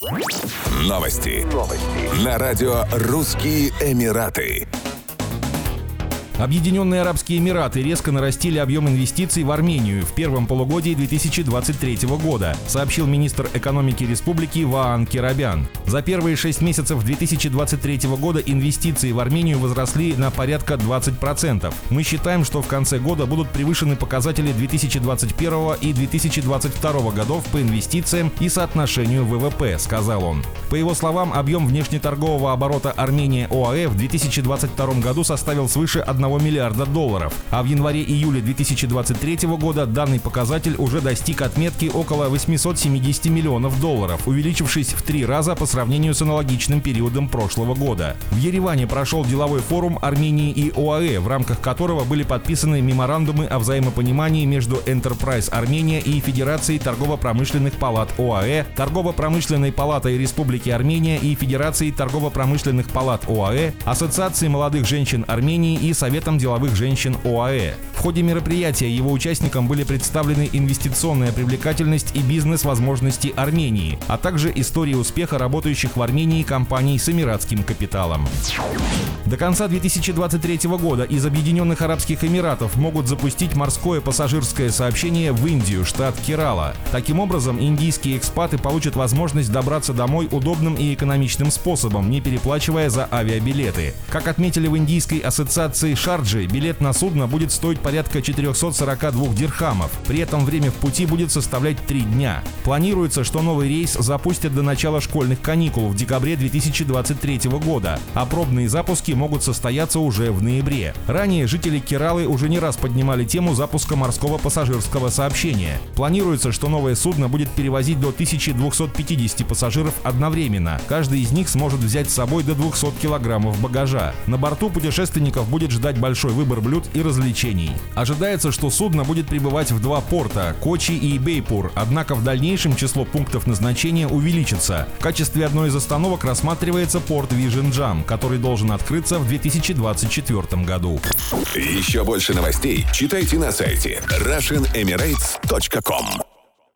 Новости. На радио «Русские Эмираты». Объединенные Арабские Эмираты резко нарастили объем инвестиций в Армению в первом полугодии 2023 года, сообщил министр экономики республики Ваан Керабян. За первые 6 месяцев 2023 года инвестиции в Армению возросли на порядка 20%. Мы считаем, что в конце года будут превышены показатели 2021 и 2022 годов по инвестициям и соотношению ВВП, сказал он. По его словам, объем внешнеторгового оборота Армения-ОАЭ в 2022 году составил свыше $1 миллиарда, а в январе-июле 2023 года данный показатель уже достиг отметки около $870 миллионов, увеличившись в 3 раза по сравнению с аналогичным периодом прошлого года. В Ереване прошел деловой форум Армении и ОАЭ, в рамках которого были подписаны меморандумы о взаимопонимании между Enterprise Армения и Федерацией торгово-промышленных палат ОАЭ, Торгово-промышленной палатой Республики Армения и Федерацией торгово-промышленных палат ОАЭ, Ассоциацией молодых женщин Армении и Советом деловых женщин ОАЭ. В ходе мероприятия его участникам были представлены инвестиционная привлекательность и бизнес-возможности Армении, а также истории успеха работающих в Армении компаний с эмиратским капиталом. До конца 2023 года из Объединенных Арабских Эмиратов могут запустить морское пассажирское сообщение в Индию, штат Керала. Таким образом, индийские экспаты получат возможность добраться домой удобным и экономичным способом, не переплачивая за авиабилеты. Как отметили в Индийской ассоциации Шарджи, билет на судно будет стоить порядка 442 дирхамов. При этом время в пути будет составлять 3 дня. Планируется, что новый рейс запустят до начала школьных каникул в декабре 2023 года, а пробные запуски могут состояться уже в ноябре. Ранее жители Кералы уже не раз поднимали тему запуска морского пассажирского сообщения. Планируется, что новое судно будет перевозить до 1250 пассажиров одновременно. Каждый из них сможет взять с собой до 200 килограммов багажа. На борту путешественников будет ждать большой выбор блюд и развлечений. Ожидается, что судно будет прибывать в 2 порта – Кочи и Бейпур, однако в дальнейшем число пунктов назначения увеличится. В качестве одной из остановок рассматривается порт Виженджам, который должен открыться в 2024 году. Еще больше новостей читайте на сайте RussianEmirates.com.